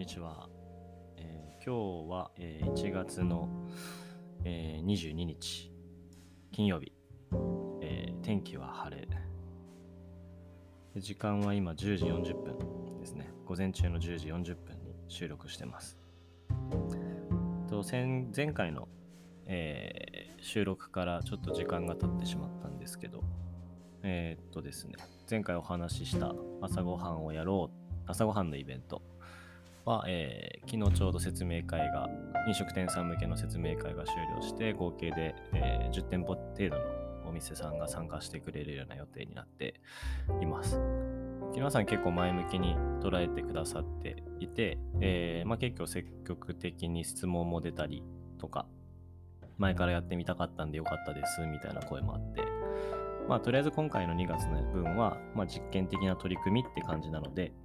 ちは。今日は、1月の、22日金曜日、天気は晴れで、時間は今10時40分ですね。午前中の10時40分に収録してます。前回の、収録からちょっと時間が経ってしまったんですけど、ですね、前回お話しした朝ごはんのイベントは、昨日ちょうど飲食店さん向けの説明会が終了して、合計で、10店舗程度のお店さんが参加してくれるような予定になっています。皆さん結構前向きに捉えてくださっていて、結構積極的に質問も出たりとか、前からやってみたかったんでよかったですみたいな声もあって、とりあえず今回の2月の分は、実験的な取り組みって感じなので、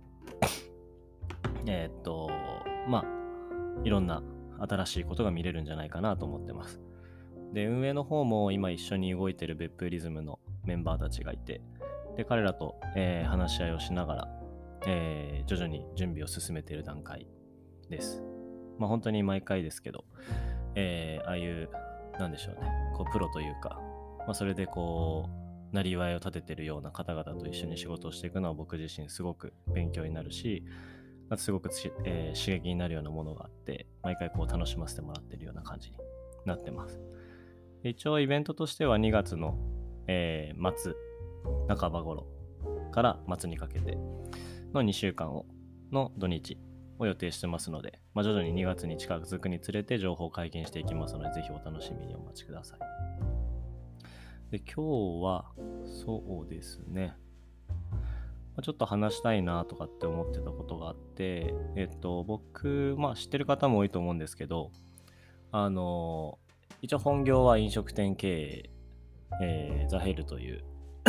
いろんな新しいことが見れるんじゃないかなと思ってます。で、運営の方も今一緒に動いてる別府リズムのメンバーたちがいて、で、彼らと、話し合いをしながら、徐々に準備を進めている段階です。本当に毎回ですけど、ああいう、なんでしょうね、プロというか、それでなりわいを立ててるような方々と一緒に仕事をしていくのは僕自身すごく勉強になるし、すごく刺激になるようなものがあって、毎回楽しませてもらってるような感じになってます。で、一応イベントとしては2月の、末、半ば頃から末にかけての2週間の土日を予定してますので、徐々に2月に近づくにつれて情報を解禁していきますので、ぜひお楽しみにお待ちください。で、今日はそうですね、ちょっと話したいなとかって思ってたことがあって、僕、知ってる方も多いと思うんですけど、一応本業は飲食店経営、ザヘルという、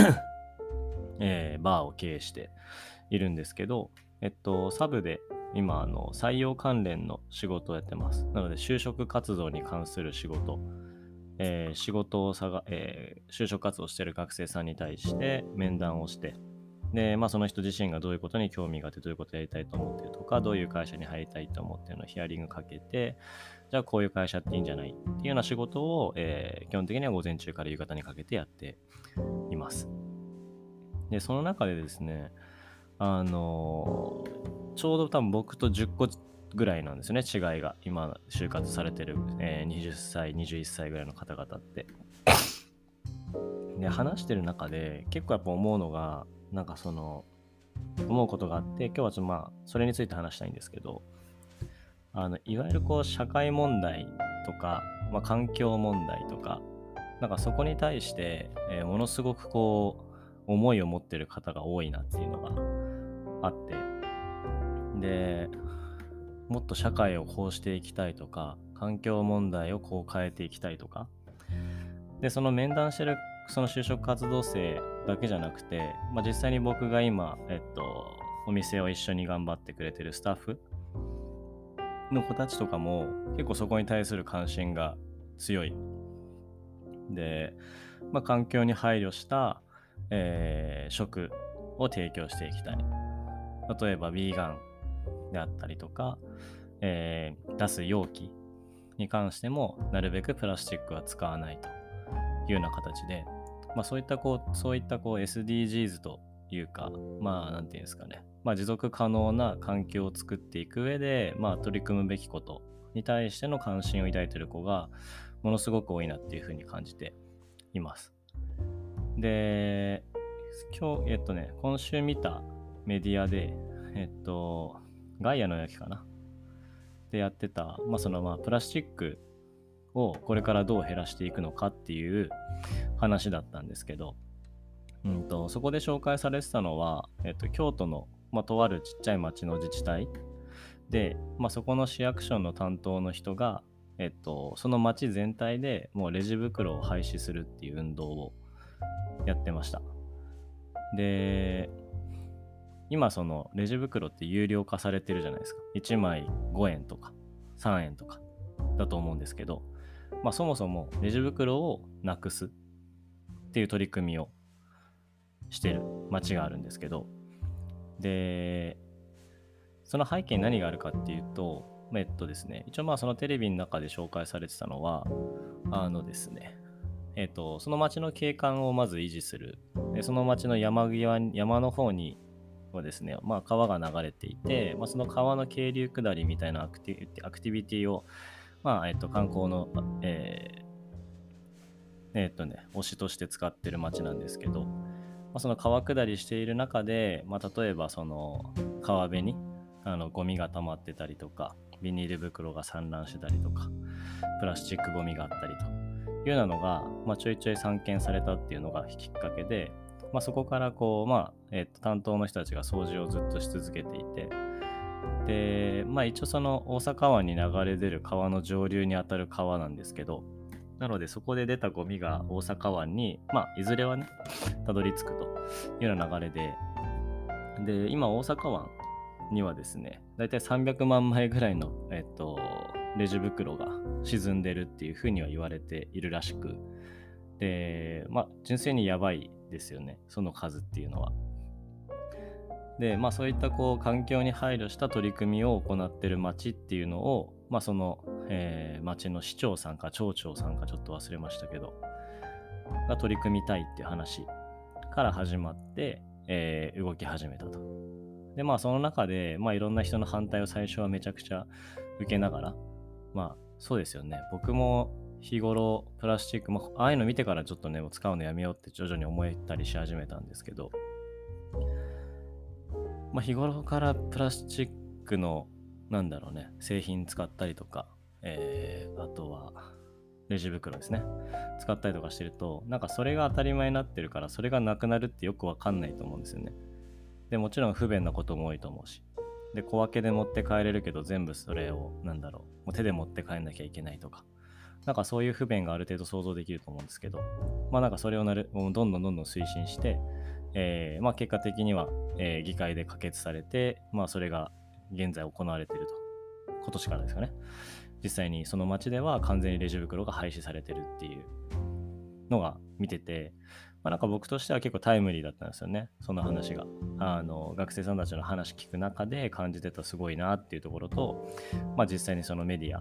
バーを経営しているんですけど、サブで今採用関連の仕事をやってます。なので就職活動に関する仕事、就職活動している学生さんに対して面談をして、で、その人自身がどういうことに興味があって、どういうことをやりたいと思っているとか、どういう会社に入りたいと思っているのをヒアリングかけて、じゃあこういう会社っていいんじゃないっていうような仕事を、基本的には午前中から夕方にかけてやっています。で、その中でですね、ちょうど多分僕と10個ぐらいなんですよね、違いが。今、就活されてる、20歳、21歳ぐらいの方々って。で、話してる中で結構やっぱ思うのが、思うことがあって、今日はちょっとそれについて話したいんですけど、いわゆる社会問題とか、環境問題とか、そこに対して、ものすごく思いを持ってる方が多いなっていうのがあって、で、もっと社会をこうしていきたいとか、環境問題をこう変えていきたいとか、で、その面談してるその就職活動生だけじゃなくて、実際に僕が今、お店を一緒に頑張ってくれてるスタッフの子たちとかも結構そこに対する関心が強い。で、環境に配慮した、食を提供していきたい。例えば、ビーガンであったりとか、出す容器に関してもなるべくプラスチックは使わないというような形で、そういった SDGs というか、なんていうんですかね、持続可能な環境を作っていく上で、取り組むべきことに対しての関心を抱いている子がものすごく多いなっていうふうに感じています。で、今週見たメディアで、ガイアの焼きかなでやってた、プラスチックをこれからどう減らしていくのかっていう話だったんですけど、そこで紹介されてたのは、京都の、とあるちっちゃい町の自治体で、そこの市役所の担当の人が、その町全体でもうレジ袋を廃止するっていう運動をやってました。で、今そのレジ袋って有料化されてるじゃないですか。1枚5円とか3円とかだと思うんですけど、そもそもレジ袋をなくすっていう取り組みをしてる町があるんですけど、で、 その背景に何があるかっていうと、ですね、一応そのテレビの中で紹介されてたのは、ですね、その町の景観をまず維持する。で、その町の山の方にはですね、川が流れていて、その川の渓流下りみたいなアクティビティを、観光の、推しとして使ってる町なんですけど、その川下りしている中で、例えばその川辺にゴミが溜まってたりとか、ビニール袋が散乱してたりとか、プラスチックゴミがあったりというようなのが、ちょいちょい散見されたっていうのがきっかけで、そこから担当の人たちが掃除をずっとし続けていて、で、一応その大阪湾に流れ出る川の上流にあたる川なんですけど、なのでそこで出たゴミが大阪湾に、いずれはね、たどり着くというような流れで、今大阪湾にはですね、だいたい300万枚ぐらいの、レジ袋が沈んでるっていうふうには言われているらしく、で、純粋にやばいですよね、その数っていうのは。で、そういった環境に配慮した取り組みを行っている町っていうのを、その、町の市長さんか町長さんかちょっと忘れましたけど、が取り組みたいっていう話から始まって、動き始めたと。で、その中で、いろんな人の反対を最初はめちゃくちゃ受けながら、そうですよね。僕も日頃プラスチック、ああいうの見てからちょっとね、使うのやめようって徐々に思えたりし始めたんですけど、日頃からプラスチックの製品使ったりとか、あとはレジ袋ですね、使ったりとかしてると、それが当たり前になってるから、それがなくなるってよくわかんないと思うんですよね。でもちろん不便なことも多いと思うし、で小分けで持って帰れるけど全部それをもう手で持って帰んなきゃいけないとか、そういう不便がある程度想像できると思うんですけど、それをどんどん推進して、結果的には、議会で可決されて、それが現在行われていると。今年からですかね。実際にその町では完全にレジ袋が廃止されてるっていうのが見てて、僕としては結構タイムリーだったんですよね、その話が。学生さんたちの話聞く中で感じてたすごいなっていうところと、実際にそのメディア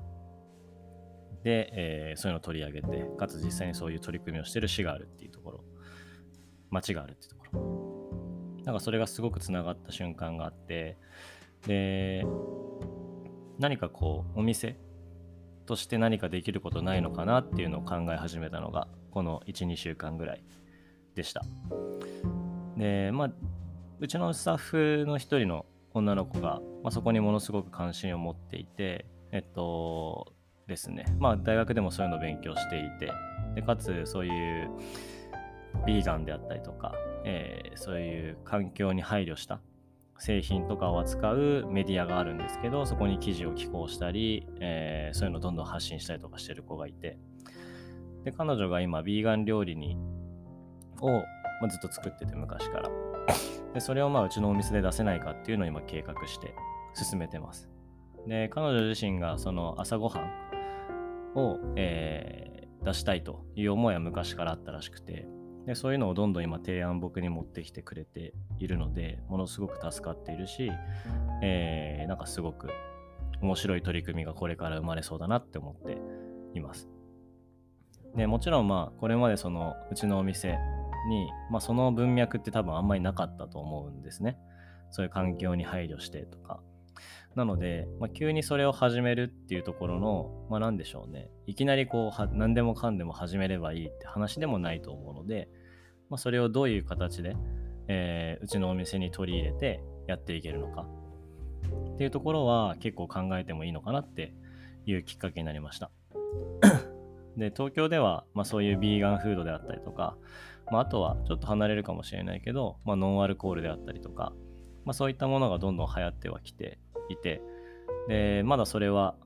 で、そういうのを取り上げて、かつ実際にそういう取り組みをしてる市があるっていうところ、町があるっていうところ、それがすごくつながった瞬間があって、で、何かお店として何かできることないのかなっていうのを考え始めたのがこの 1,2 週間ぐらいでした。で、うちのスタッフの一人の女の子が、そこにものすごく関心を持っていて、ですね、大学でもそういうのを勉強していて、でかつそういうビーガンであったりとか、そういう環境に配慮した製品とかを扱うメディアがあるんですけど、そこに記事を寄稿したり、そういうのをどんどん発信したりとかしてる子がいて、で彼女が今ビーガン料理を、ずっと作ってて昔から、でそれをうちのお店で出せないかっていうのを今計画して進めてます。で彼女自身がその朝ごはんを、出したいという思いは昔からあったらしくて、でそういうのをどんどん今提案僕に持ってきてくれているので、ものすごく助かっているし、すごく面白い取り組みがこれから生まれそうだなって思っています。でもちろんこれまでそのうちのお店に、その文脈って多分あんまりなかったと思うんですね。そういう環境に配慮してとか。なので、急にそれを始めるっていうところの、なんでしょうね。いきなり何でもかんでも始めればいいって話でもないと思うので、それをどういう形で、うちのお店に取り入れてやっていけるのかっていうところは結構考えてもいいのかなっていうきっかけになりました。で、東京では、そういうビーガンフードであったりとか、あとはちょっと離れるかもしれないけど、ノンアルコールであったりとか、そういったものがどんどん流行ってはきていて、でまだそれは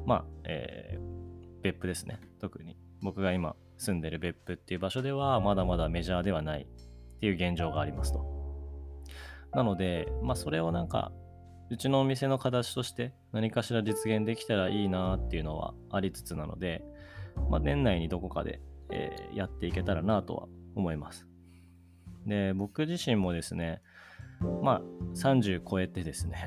別府ですね。特に僕が今住んでる別府っていう場所ではまだまだメジャーではないっていう現状がありますと。なので、それをうちのお店の形として何かしら実現できたらいいなっていうのはありつつなので、年内にどこかで、やっていけたらなとは思います。で僕自身もですね、30超えてですね、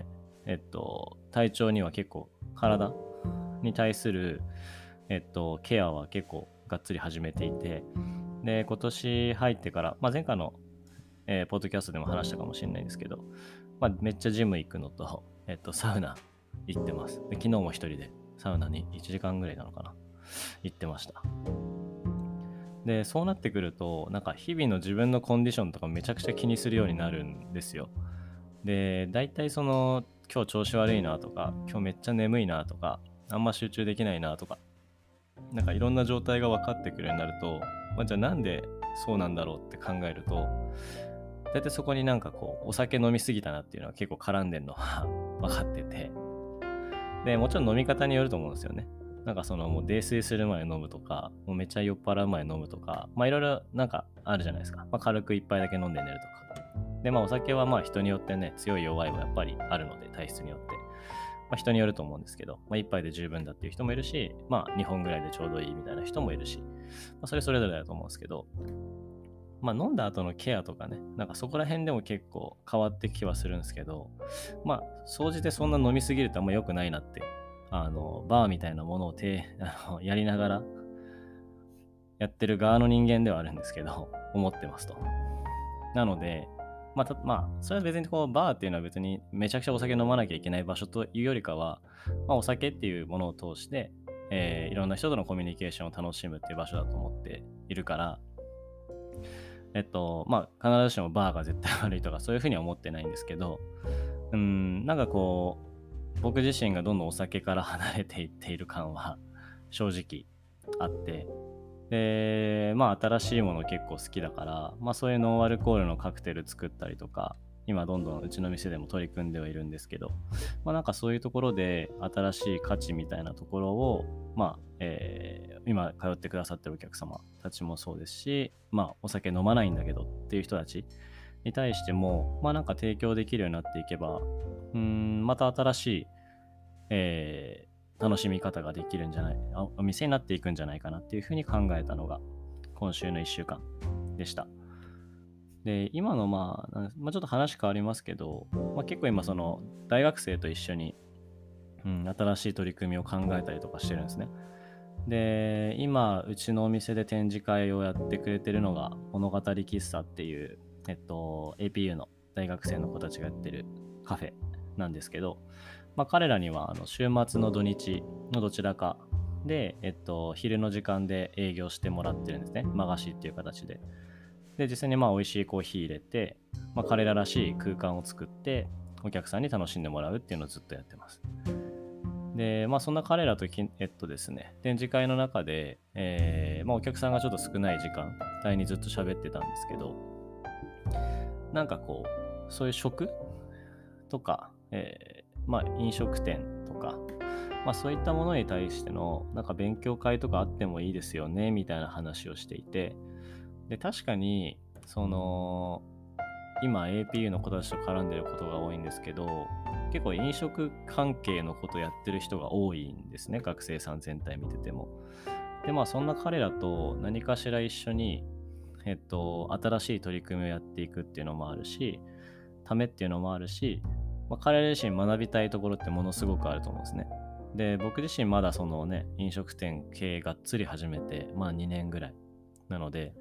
体調には結構体に対する、ケアは結構がっつり始めていて、で、今年入ってから、前回の、ポッドキャストでも話したかもしれないんですけど、めっちゃジム行くのと、サウナ行ってます。で、昨日も一人でサウナに1時間ぐらいなのかな、行ってました。で、そうなってくると、なんか日々の自分のコンディションとかめちゃくちゃ気にするようになるんですよ。で、大体その、今日調子悪いなとか、今日めっちゃ眠いなとか、あんま集中できないなとか、なんかいろんな状態が分かってくるようになると、じゃあなんでそうなんだろうって考えると、大体そこになんかこう、お酒飲みすぎたなっていうのは結構絡んでるのは分かってて、で、もちろん飲み方によると思うんですよね。なんかそのもう泥酔する前飲むとか、もうめっちゃ酔っ払う前飲むとか、いろいろなんかあるじゃないですか。軽く一杯だけ飲んで寝るとか。で、お酒は人によってね、強い弱いはやっぱりあるので、体質によって。人によると思うんですけど、一杯で十分だっていう人もいるし、2本ぐらいでちょうどいいみたいな人もいるし、それぞれだと思うんですけど、飲んだ後のケアとかね、なんかそこら辺でも結構変わってきはするんですけど、総じてそんな飲みすぎるとあんま良くないなって、バーみたいなものをやりながらやってる側の人間ではあるんですけど、思ってますと。なので、それは別にこう、バーっていうのは別にめちゃくちゃお酒飲まなきゃいけない場所というよりかは、お酒っていうものを通して、いろんな人とのコミュニケーションを楽しむっていう場所だと思っているから、必ずしもバーが絶対悪いとかそういうふうには思ってないんですけど、なんかこう、僕自身がどんどんお酒から離れていっている感は正直あって、で、新しいもの結構好きだから、そういうノンアルコールのカクテル作ったりとか、今どんどんうちの店でも取り組んではいるんですけど、なんかそういうところで新しい価値みたいなところを、今通ってくださってるお客様たちもそうですし、お酒飲まないんだけどっていう人たちに対しても、なんか提供できるようになっていけば、また新しい、楽しみ方ができるんじゃない、お店になっていくんじゃないかなっていうふうに考えたのが今週の1週間でした。で、今のちょっと話変わりますけど、結構今その大学生と一緒に、新しい取り組みを考えたりとかしてるんですね。で、今うちのお店で展示会をやってくれてるのが物語喫茶っていう、APU の大学生の子たちがやってるカフェなんですけど、彼らには週末の土日のどちらかで、昼の時間で営業してもらってるんですね。間貸しっていう形で。で、実際に美味しいコーヒー入れて、彼ららしい空間を作ってお客さんに楽しんでもらうっていうのをずっとやってます。で、そんな彼らとですね、展示会の中で、お客さんがちょっと少ない時間帯にずっと喋ってたんですけど、なんかこう、そういう食とか、飲食店とか、そういったものに対してのなんか勉強会とかあってもいいですよねみたいな話をしていて、で確かにその今 APU の子たちと絡んでることが多いんですけど、結構飲食関係のことやってる人が多いんですね、学生さん全体見てても。でそんな彼らと何かしら一緒に新しい取り組みをやっていくっていうのもあるし、ためっていうのもあるし、彼ら自身学びたいところってものすごくあると思うんですね。で、僕自身まだそのね、飲食店経営がっつり始めて、2年ぐらいなので、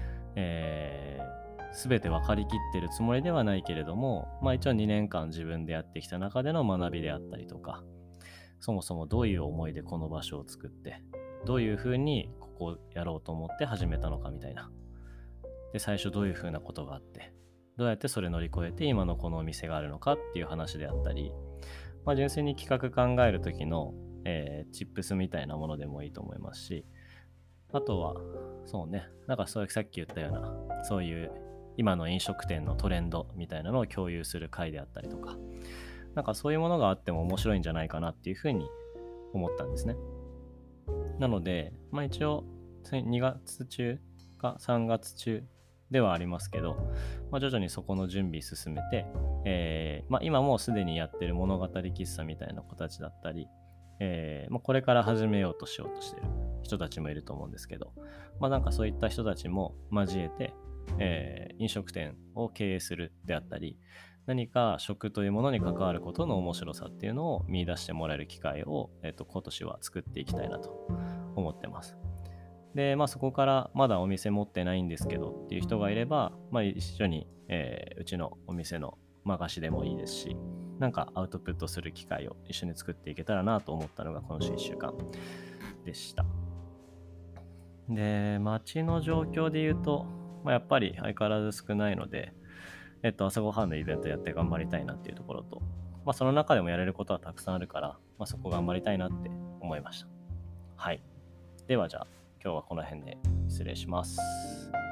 全て分かりきってるつもりではないけれども、一応2年間自分でやってきた中での学びであったりとか、そもそもどういう思いでこの場所を作って、どういうふうにここをやろうと思って始めたのかみたいな。で、最初どういうふうなことがあって、どうやってそれ乗り越えて今のこのお店があるのかっていう話であったり、純粋に企画考える時の、チップスみたいなものでもいいと思いますし、あとはそうね、なんかさっき言ったようなそういう今の飲食店のトレンドみたいなのを共有する会であったりとか、なんかそういうものがあっても面白いんじゃないかなっていうふうに思ったんですね。なので、一応2月中か3月中ではありますけど、徐々にそこの準備進めて、今もうすでにやってる物語喫茶みたいな子たちだったり、これから始めようとしようとしてる人たちもいると思うんですけど、なんかそういった人たちも交えて、飲食店を経営するであったり、 何か食というものに関わることの面白さっていうのを見出してもらえる機会を、今年は作っていきたいなと思ってます。で、そこからまだお店持ってないんですけどっていう人がいれば、一緒に、うちのお店の任しでもいいですし、なんかアウトプットする機会を一緒に作っていけたらなと思ったのが今週1週間でした。で、街の状況で言うと、やっぱり相変わらず少ないので、朝ごはんのイベントやって頑張りたいなっていうところと、その中でもやれることはたくさんあるから、そこ頑張りたいなって思いました。はい。ではじゃあ、今日はこの辺で失礼します。